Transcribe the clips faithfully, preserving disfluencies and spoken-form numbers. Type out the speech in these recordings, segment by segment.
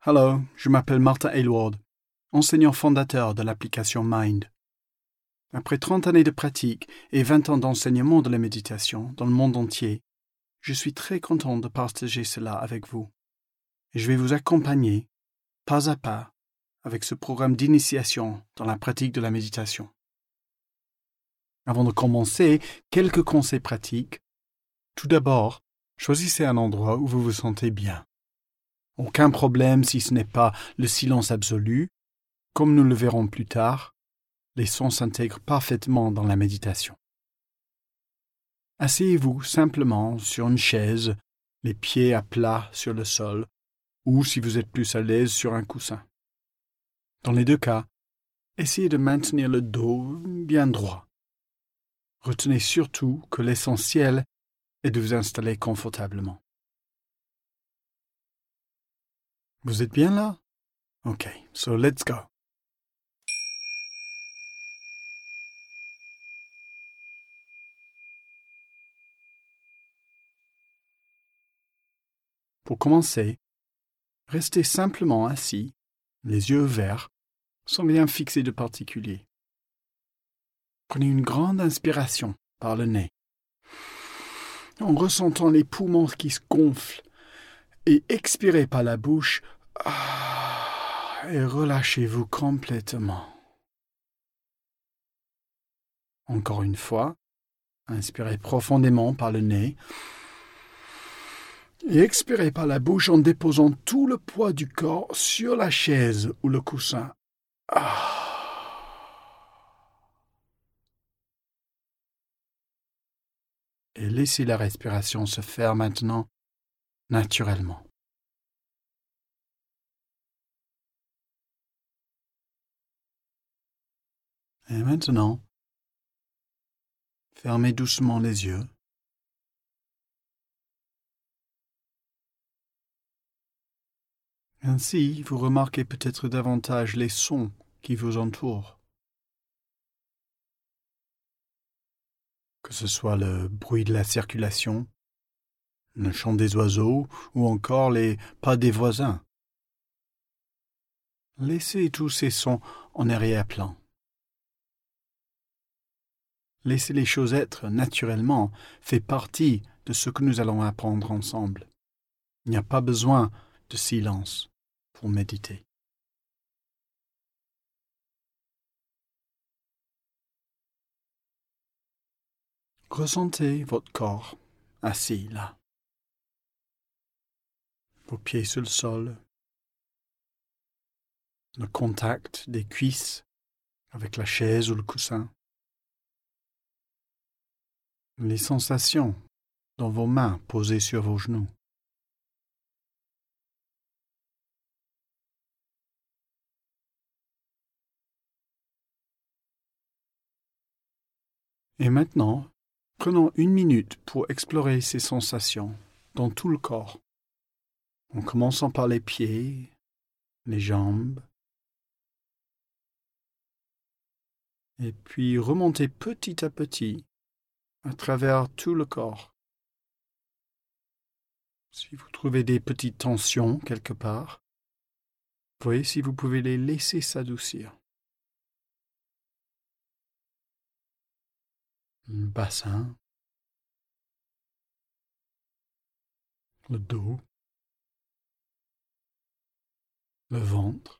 Hello, je m'appelle Martin Aylward, enseignant fondateur de l'application Mind. Après trente années de pratique et vingt ans d'enseignement de la méditation dans le monde entier, je suis très content de partager cela avec vous. Et je vais vous accompagner, pas à pas, avec ce programme d'initiation dans la pratique de la méditation. Avant de commencer, quelques conseils pratiques. Tout d'abord, choisissez un endroit où vous vous sentez bien. Aucun problème si ce n'est pas le silence absolu. Comme nous le verrons plus tard, les sons s'intègrent parfaitement dans la méditation. Asseyez-vous simplement sur une chaise, les pieds à plat sur le sol, ou si vous êtes plus à l'aise sur un coussin. Dans les deux cas, essayez de maintenir le dos bien droit. Retenez surtout que l'essentiel est de vous installer confortablement. Vous êtes bien là? Ok, so let's go. Pour commencer, restez simplement assis, les yeux ouverts, sans rien fixer de particulier. Prenez une grande inspiration par le nez, en ressentant les poumons qui se gonflent, et expirez par la bouche, et relâchez-vous complètement. Encore une fois, inspirez profondément par le nez, et expirez par la bouche en déposant tout le poids du corps sur la chaise ou le coussin. Ah. Et laissez la respiration se faire maintenant naturellement. Et maintenant, fermez doucement les yeux. Ainsi, vous remarquez peut-être davantage les sons qui vous entourent. Que ce soit le bruit de la circulation, le chant des oiseaux ou encore les pas des voisins. Laissez tous ces sons en arrière-plan. Laissez les choses être naturellement fait partie de ce que nous allons apprendre ensemble. Il n'y a pas besoin de silence pour méditer. Ressentez votre corps assis là. Vos pieds sur le sol. Le contact des cuisses avec la chaise ou le coussin. Les sensations dans vos mains posées sur vos genoux. Et maintenant, prenons une minute pour explorer ces sensations dans tout le corps, en commençant par les pieds, les jambes, et puis remontez petit à petit à travers tout le corps. Si vous trouvez des petites tensions quelque part, voyez si vous pouvez les laisser s'adoucir. Le bassin, le dos, le ventre,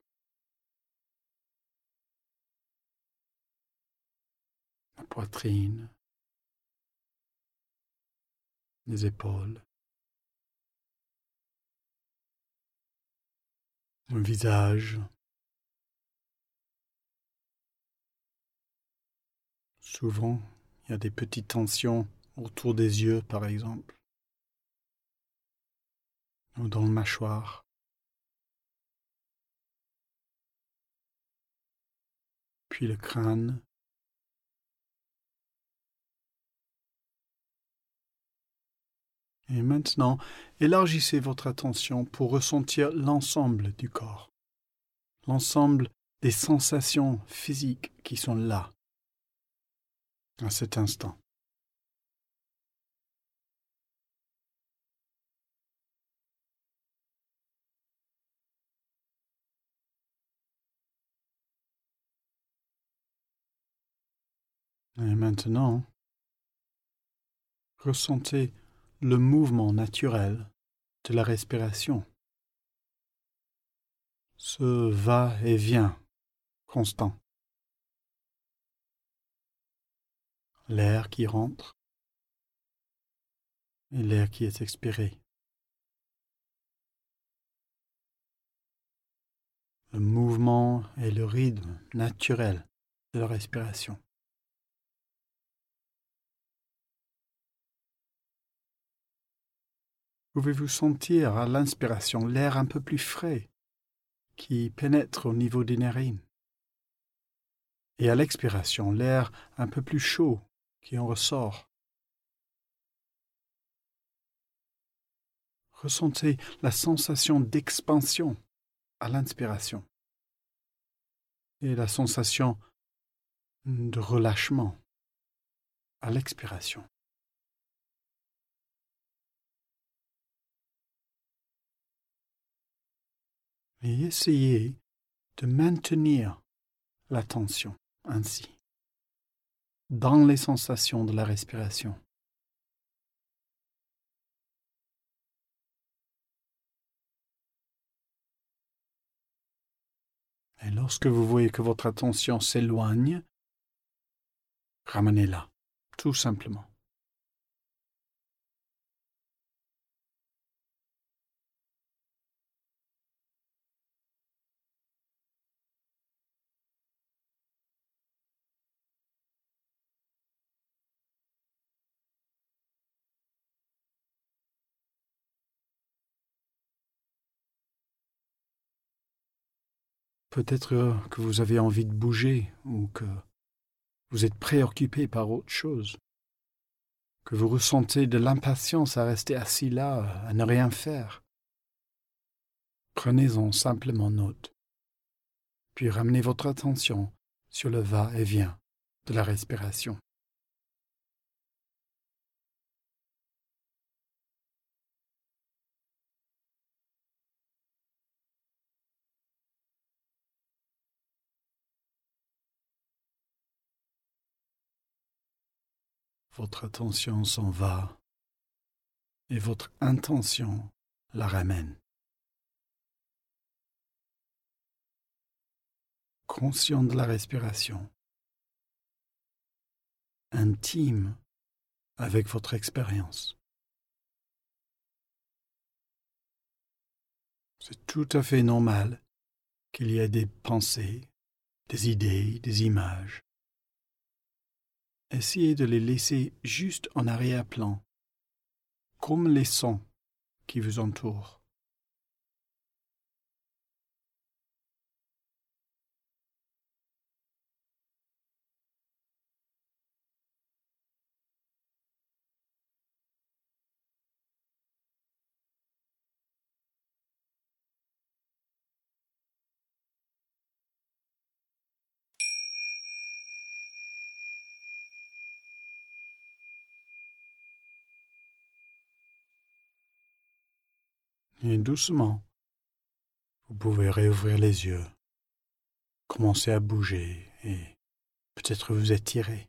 la poitrine, les épaules, le visage. Souvent, il y a des petites tensions autour des yeux, par exemple, ou dans le mâchoire. Puis le crâne. Et maintenant, élargissez votre attention pour ressentir l'ensemble du corps, l'ensemble des sensations physiques qui sont là, à cet instant. Et maintenant, ressentez le mouvement naturel de la respiration. Ce va-et-vient constant. L'air qui rentre et l'air qui est expiré. Le mouvement et le rythme naturel de la respiration. Pouvez-vous sentir à l'inspiration l'air un peu plus frais qui pénètre au niveau des narines et à l'expiration l'air un peu plus chaud qui en ressort. Ressentez la sensation d'expansion à l'inspiration et la sensation de relâchement à l'expiration. Et essayez de maintenir l'attention ainsi dans les sensations de la respiration. Et lorsque vous voyez que votre attention s'éloigne, ramenez-la, tout simplement. Peut-être que vous avez envie de bouger ou que vous êtes préoccupé par autre chose, que vous ressentez de l'impatience à rester assis là, à ne rien faire. Prenez-en simplement note, puis ramenez votre attention sur le va-et-vient de la respiration. Votre attention s'en va et votre intention la ramène. Conscient de la respiration, intime avec votre expérience. C'est tout à fait normal qu'il y ait des pensées, des idées, des images. Essayez de les laisser juste en arrière-plan, comme les sons qui vous entourent. Et doucement, vous pouvez réouvrir les yeux, commencer à bouger et peut-être vous étirer.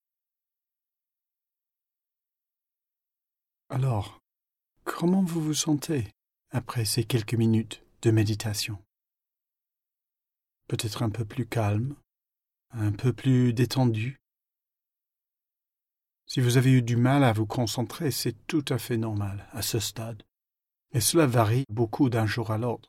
Alors, comment vous vous sentez après ces quelques minutes de méditation? Peut-être un peu plus calme, un peu plus détendu. Si vous avez eu du mal à vous concentrer, c'est tout à fait normal à ce stade. Et cela varie beaucoup d'un jour à l'autre.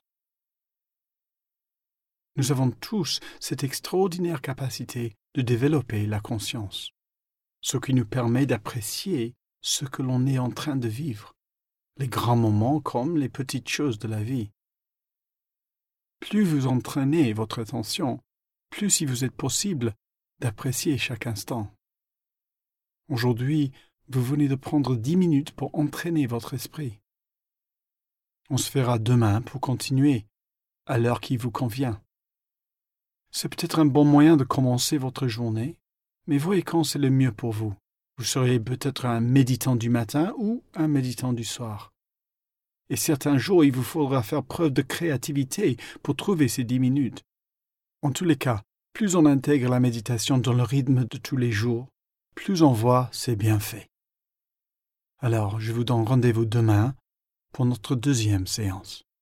Nous avons tous cette extraordinaire capacité de développer la conscience, ce qui nous permet d'apprécier ce que l'on est en train de vivre, les grands moments comme les petites choses de la vie. Plus vous entraînez votre attention, plus il vous est possible d'apprécier chaque instant. Aujourd'hui, vous venez de prendre dix minutes pour entraîner votre esprit. On se verra demain pour continuer, à l'heure qui vous convient. C'est peut-être un bon moyen de commencer votre journée, mais voyez quand c'est le mieux pour vous. Vous serez peut-être un méditant du matin ou un méditant du soir. Et certains jours, il vous faudra faire preuve de créativité pour trouver ces dix minutes. En tous les cas, plus on intègre la méditation dans le rythme de tous les jours, plus on voit ses bienfaits. Alors, je vous donne rendez-vous demain pour notre deuxième séance.